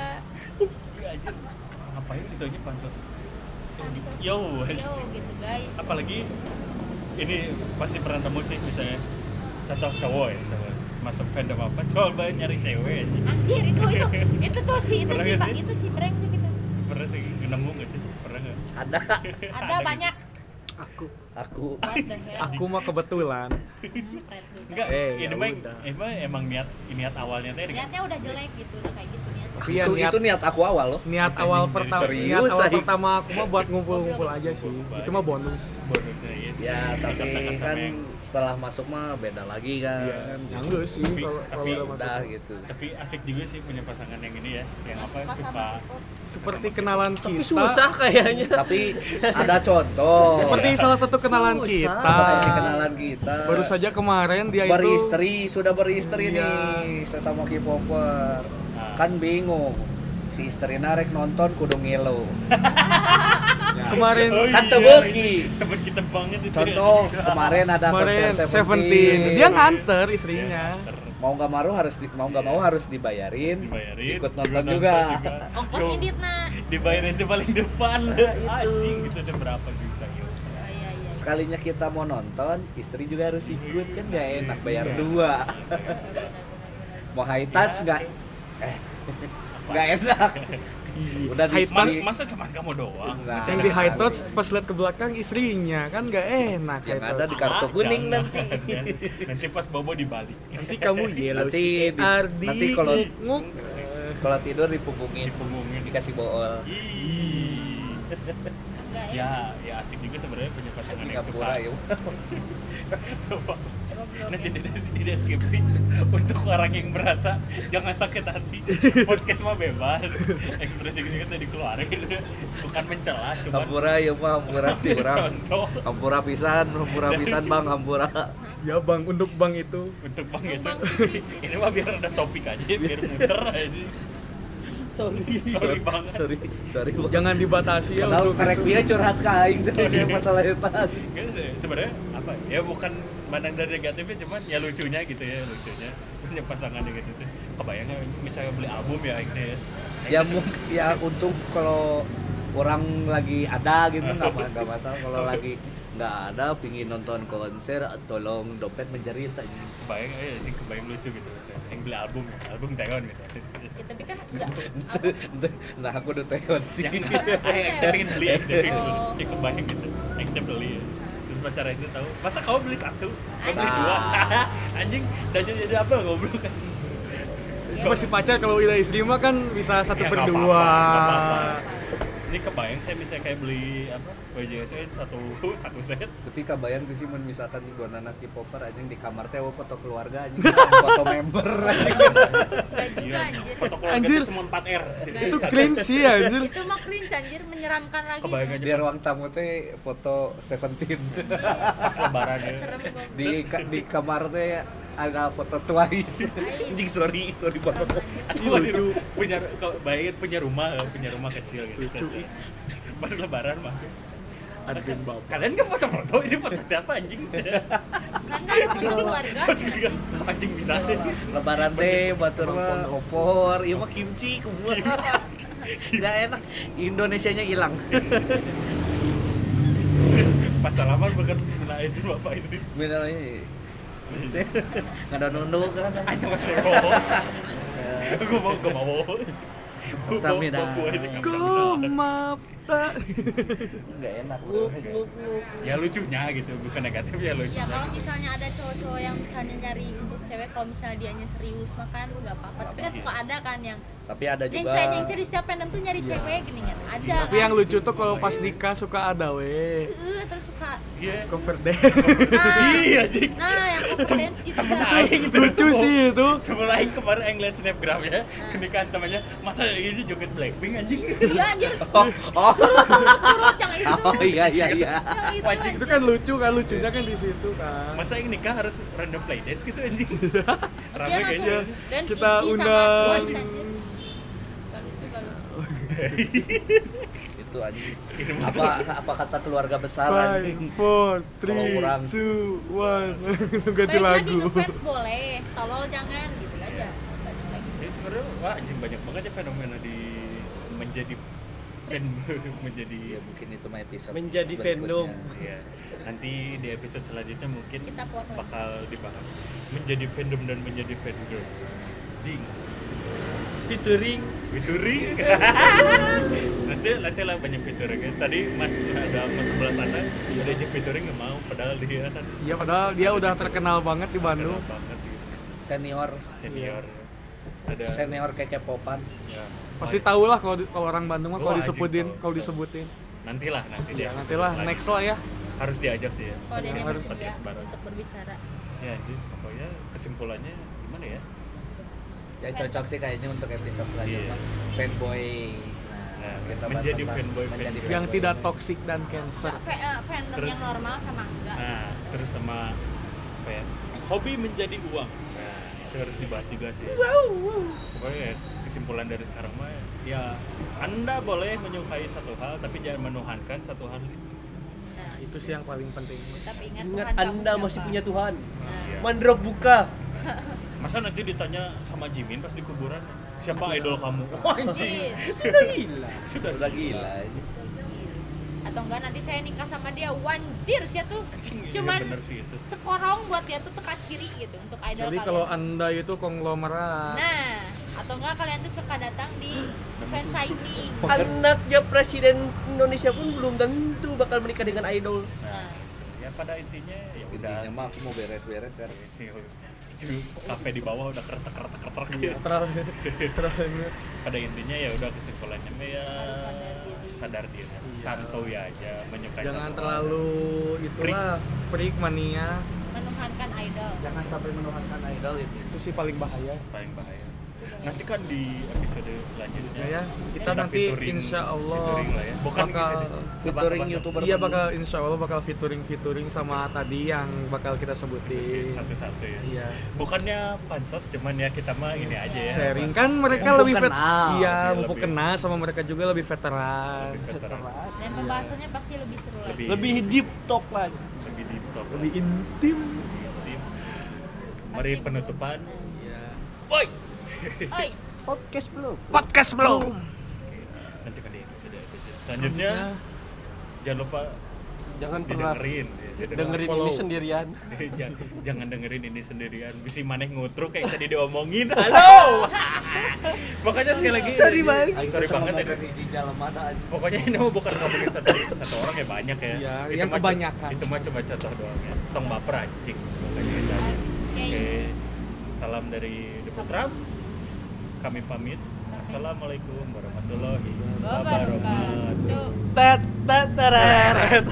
Ya, anjir. Ngapain gitu aja pansus? Pansus. Yo, Yo anjing. gitu guys. Apalagi ini pasti pernah nemu sih misalnya contoh cowok ya cowok masuk fandom apa coba nyari cewek anjing. Anjir itu itu itu tuh sih itu Pernah sih nggak Pak sih? itu sih brengsek gitu. Pernah sih nemu nggak sih pernah nggak? ada Ada banyak. Aku aku What the hell? Aku mah kebetulan. Hmm, Fred juga. Enggak, Eh, ini ya mah udah. emang emang niat niat awalnya teh Niatnya udah jelek gitu udah kayak gitu niat. Tapi ya itu, niat itu niat aku awal loh niat Masa awal anjing dari pertama serius, niat awal anjing. pertama aku mah buat ngumpul-ngumpul aja sih. Itu mah bonus. bonusnya iya sih. ya tapi Dekat-dekat sama kan yang- setelah masuk mah beda lagi kan Iya, ya enggak sih Tapi- kalau kalau tapi udah udah masuk. gitu tapi asik juga sih punya pasangan yang ini ya yang apa Suka suka sama K-pop. Seperti kenalan kita. tapi susah kayaknya. tapi ada contoh Seperti salah satu kenalan Susah. kita. seperti kenalan kita Baru saja kemarin dia itu beristri sudah beristri Iya. nih sesama K-popper Nah. kan bingung si istri narek nonton kudu ngelo kemarin Oh kan iya, tebeki. temen kita banget itu contoh kemarin ada kemarin konser Seventeen dia nganter istrinya. mau nggak mau harus di, mau nggak mau harus dibayarin, dibayarin ikut nonton juga. Ongkos Yo, indit nah. dibayarin itu paling depan Nah, itu. anjing gitu udah berapa juta yo Oh, iya iya. Sekalinya kita mau nonton istri juga harus ikut kan nggak enak bayar Iya. dua mau high touch nggak eh nggak enak udah di High Mas, touch. masa cuma kamu doang Enggak. Yang di high touch pas lihat ke belakang istrinya kan nggak enak yang high ada touch. di kartu kuning jangan. nanti nanti pas bobo dibalik Nanti kamu yellow Nanti C di- R D nanti kalau- nguk. kalau tidur dipunggungin dipunggungin dikasih bool Ih. Enggak ya? Ya, ya asik juga sebenarnya punya pasangan yang suka. Ngapura ya. Nanti di, di deskripsi untuk orang yang merasa jangan sakit hati. Podcast mah bebas. Ekspresi kita dikeluarin. Bukan mencela, cuma Hampura ya mah, hampura kurang. contoh Hampura pisan, hampura pisan Bang, hampura. Ya bang, untuk bang itu untuk bang Untuk itu. Bang. Ini mah biar ada topik aja, biar muter aja. Sorry, Sorry banget. Sorry, sorry. Bang. jangan dibatasi ya Padahal untuk karek itu. dia curhat ke aing teh dia masalah eta. Kan se- sebenarnya apa ya bukan mandang dari negatifnya cuman ya lucunya gitu ya lucunya punya pasangan gitu tuh kebayang nggak misalnya beli album ya itu ya Ya mungkin ya untung kalau orang lagi ada gitu nggak ma- nggak masalah, kalau lagi nggak ada pingin nonton konser tolong dompet menjerit aja. kebayang ya ini kebayang lucu gitu misalnya yang beli album ya album Taeyeon misalnya Ya, tapi kan enggak. Nah aku udah teon sih. yang ayo kita pengen beli ya kita pengen beli Oh. ya kebayang gitu yang kita beli ya terus pacar itu tahu masa kamu beli satu kamu beli Ah. dua anjing udah jadi jadi apa goblok kan Masih pacar kalau udah istri mah kan bisa satu Ya, per nggak dua. apa-apa, nggak apa-apa. Ini kebayang saya misalnya kayak beli apa W J S N satu satu set Tapi kabayang tuh sih mun misalkan di dua anak K-popper anjing di kamar teh oh, foto keluarga anjing foto member anjing. Enggak juga anjir. foto keluarga Anjir. itu cuma empat R Itu cringe sih anjir. Itu mah cringe anjir, menyeramkan lagi. kebayang aja Di pas, ruang tamu teh foto Seventeen. pas lebaran ya Serem gua. Di ka- di kamar teh ada foto Twice. Anjing sorry, sorry banget. atau lucu punya kalau bayangin punya rumah punya rumah kecil gitu Lucu. set. Pas lebaran masuk Admin bapak. kalian ke foto-foto ini foto siapa anjing Kan kan foto keluarga. pas gitu kan anjing binatang Lebaran teh batur mah opor, ieu mah kimchi kumaha. Enggak enak, Indonesianya hilang. pas salaman bukan kena izin bapak izin Benernya nggak ada nunduk kan. ayo masuk roh gue mau gue mau Kamsahamnida. Komapta. Nggak enak. Ya lucunya gitu, bukan negatif ya Ya lucunya. kalau misalnya ada cowok-cowok yang misalnya nyari untuk cewek, kalau misalnya dianya serius makan nggak apa-apa. Tapi kan suka ada kan yang Tapi ada yang juga saya yang cari setiap fandom tuh nyari cewek gini kan. Ada. Tapi yang lucu tuh kalau pas nikah suka ada weh. Heeh, terus suka. Iya. Cover dance. Nah, Iya sih. nah yang cover dance gitu Temen kan. aing itu Lucu sih itu. Temen aing kemarin aing liat snapgram ya, kenikahan temannya, masa ini joget Blackpink anjing. Iya anjir. oh, oh, Turut yang itu. oh iya iya iya. Yang itu. Wajib Itu kan lucu kan, lucunya kan di situ kan. Masa aing nikah harus random play dance gitu anjing. Rame Iya, kayaknya. langsung dance Kita Itzy sama undang. Twice, anjir. Gak lucu, gak lucu. Itu anjing. Ini Apa masalah. apa kata keluarga besar Five, anjing? four, Kalau three, orang- two, one. Langsung ganti Baik lagi lagu. ngefans boleh, tolol jangan gitu aja. Balik lagi. Jadi sebenarnya wah anjing banyak banget ya fenomena di menjadi fan menjadi Ya mungkin itu mah episode Menjadi berikutnya. fandom. ya nanti di episode selanjutnya mungkin Kita kuat lagi. bakal dibahas menjadi fandom dan menjadi fangirl jing Featuring featuring nanti nanti lah banyak featuring ya tadi mas ada mas sebelah sana ada aja featuring nggak mau padahal dia kan Iya padahal dia udah terkenal banget di Bandung. kenal banget gitu Senior, senior ada senior kayak popan. ya, Pasti tahu lah kalau di- kalau orang Bandung mah Oh, kalau anjing, disebutin, tahu, kalau tahu. disebutin. nantilah nanti dia Ya nantilah next lah ya. harus diajak sih ya Kalau dia Harus bersedia podcast bareng. untuk berbicara. ya anjing pokoknya kesimpulannya gimana ya Ya cocok sih kayaknya untuk episode selanjutnya. Iya. Fanboy. Nah, Nah, kita bahas menjadi tentang fanboy, menjadi fanboy. Yang fanboy. tidak toxic dan cancer. Enggak, fa- eh, fandom Terus- yang normal sama enggak. nah terus sama apa ya hobi menjadi uang nah itu harus dibahas juga sih pokoknya ya, kesimpulan dari sekarang mah ya anda boleh menyukai satu hal tapi jangan menuhankan satu hal itu Nah, Itu sih yang paling penting. tapi ingat, Ingat Tuhan kamu Anda siapa. masih punya Tuhan. Nah, Iya. Mandrop buka. masa nanti ditanya sama Jimin pas di kuburan siapa idol kamu anjir. Sudah gila. sudah Udah gila aja. Atau enggak nanti saya nikah sama dia, wanjir sih tuh. Anjing, iya Cuman bener sih itu sekorong buat dia tuh teka ciri gitu untuk idol Jadi kalian. kalau Anda itu konglomerat. Nah, atau enggak kalian tuh suka datang di fan signing. Anaknya presiden Indonesia pun belum tentu bakal menikah dengan idol. nah ya pada intinya ya udah Intinya mah aku mau beres-beres kan. itu kafe di bawah udah kertek kertek kertek Iya, terlalu terlalu pada intinya ya udah kesimpulannya mah ya Harus sadar diri. sadar diri, santuy aja, menyukai Jangan satu terlalu itulah freak mania. Menuhankan idol. Jangan sampai menuhankan idol itu. Itu sih paling bahaya. orang paling bahaya. Nanti kan di episode selanjutnya Ya, kita nanti featuring- insya Allah featuring lah ya. Bukan bakal featuring YouTuber. Iya bakal insya Allah bakal featuring featuring sama tadi yang bakal kita sebutin. satu-satu ya. Iya. Bukannya pansos, cuman ya kita mah ini aja ya. Sharing kan mereka Mumpung lebih vet, kenal. iya Iya, mumpung lebih- kenal sama mereka juga lebih veteran. Lebih veteran, Dan pembahasannya pasti lebih seru lagi. lebih Lebih deep talk lagi. lebih deep talk, Lebih intim. lebih intim. Mari Pasti- penutupan. Iya. Woi. Oi, Podcast belum? Podcast belum. Nanti kan di episode episode selanjutnya jangan lupa Jangan pernah didengerin ya, dengerin follow. ini sendirian. jangan, jangan dengerin ini sendirian. Bisa maneh ngutruk kayak tadi diomongin. Halo. Makanya sekali lagi Sorry, Bang. Sorry banget ya. Di jalan mana aja. Pokoknya ini mah bukan ngomongin satu satu orang ya, banyak ya. Iya, Itu yang mah cu- kebanyakan. Itu mah cuma contoh doang ya. Tong baper anjing. Makanya itu. oke. Oke. Salam dari The Putram. Kami pamit. Assalamualaikum warahmatullahi wabarakatuh. Wabarakatuh. Tet tet teret.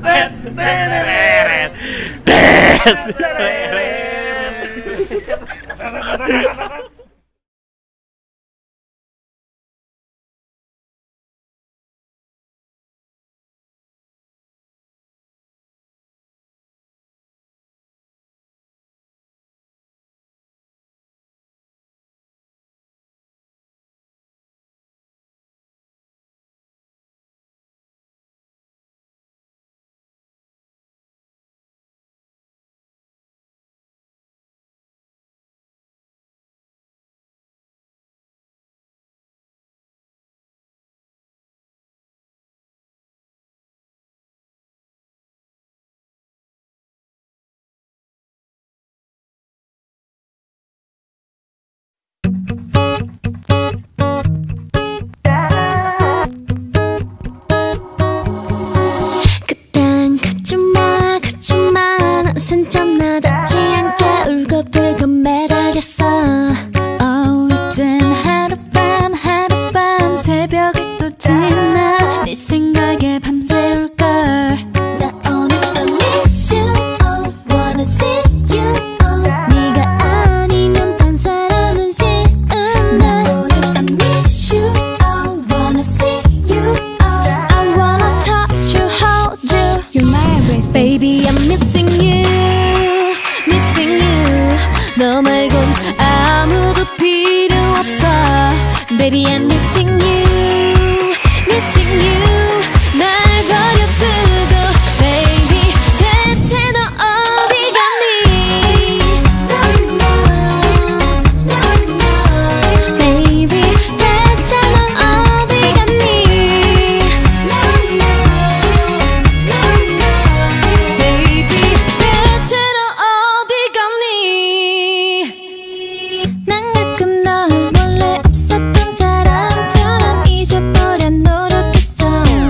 그땐 가지마 가지마 난 산점 나닿지 않게 울고불고 매달렸어 Oh 이젠 하룻밤 하룻밤 새벽을 또 지나 네 생각에 밤새울걸 나 오늘 I miss you oh wanna see you oh 네가 아니면 딴 사람은 싫은데 오늘 I miss you oh wanna see you oh I wanna touch you hold you You're my everything Baby I'm missing you missing you 너 말곤 아무도 필요 없어 Baby I'm missing you missing you 날 버려두고 Baby 대체 너 어디 갔니 No no no no Baby 대체 너 어디 갔니 No no no no Baby 대체 너 어디 갔니 난 가끔 널 원래 없었던 사람처럼 잊어버려 노력했어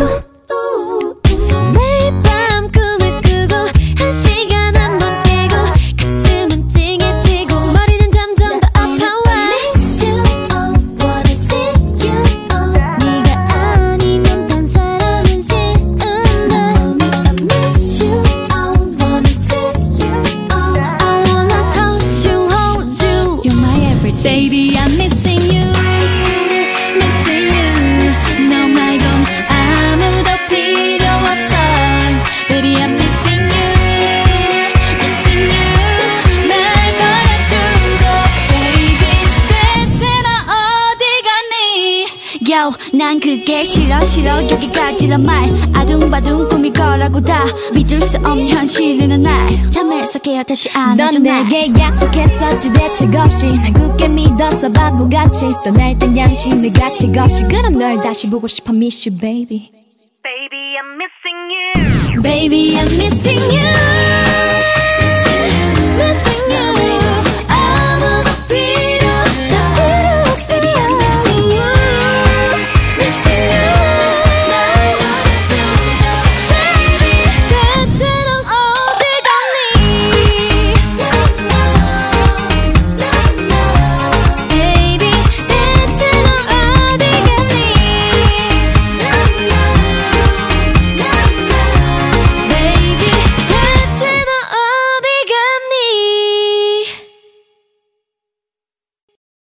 매일 밤 꿈을 꾸고 한 시간 한 번 깨고 가슴은 찡해지고 머리는 점점 더 아파와 Miss you, oh, wanna see you, oh 네가 아니면 딴 사람은 싫은데 I miss you, oh, wanna see you, oh I wanna touch you, hold you You're my everything Baby I'm missing you missing you 너 말곤 아무도 필요 없어 Baby I'm missing you missing you 날 버려두고 Baby 대체 너 어디 갔니 Yo 난 그게 싫어 싫어 여기까지란 말 아둥바둥 꿈일 거라고 다 믿을 수 없는 현실이는 날 잠에서 깨어 다시 안아줘 넌 내게 약속했었지 대책 없이 난 굳게 믿었어 바보같이 떠날 땐 양심의 가책 없이 그런 널 다시 보고 싶어 Miss you baby Baby I'm missing you Baby I'm missing you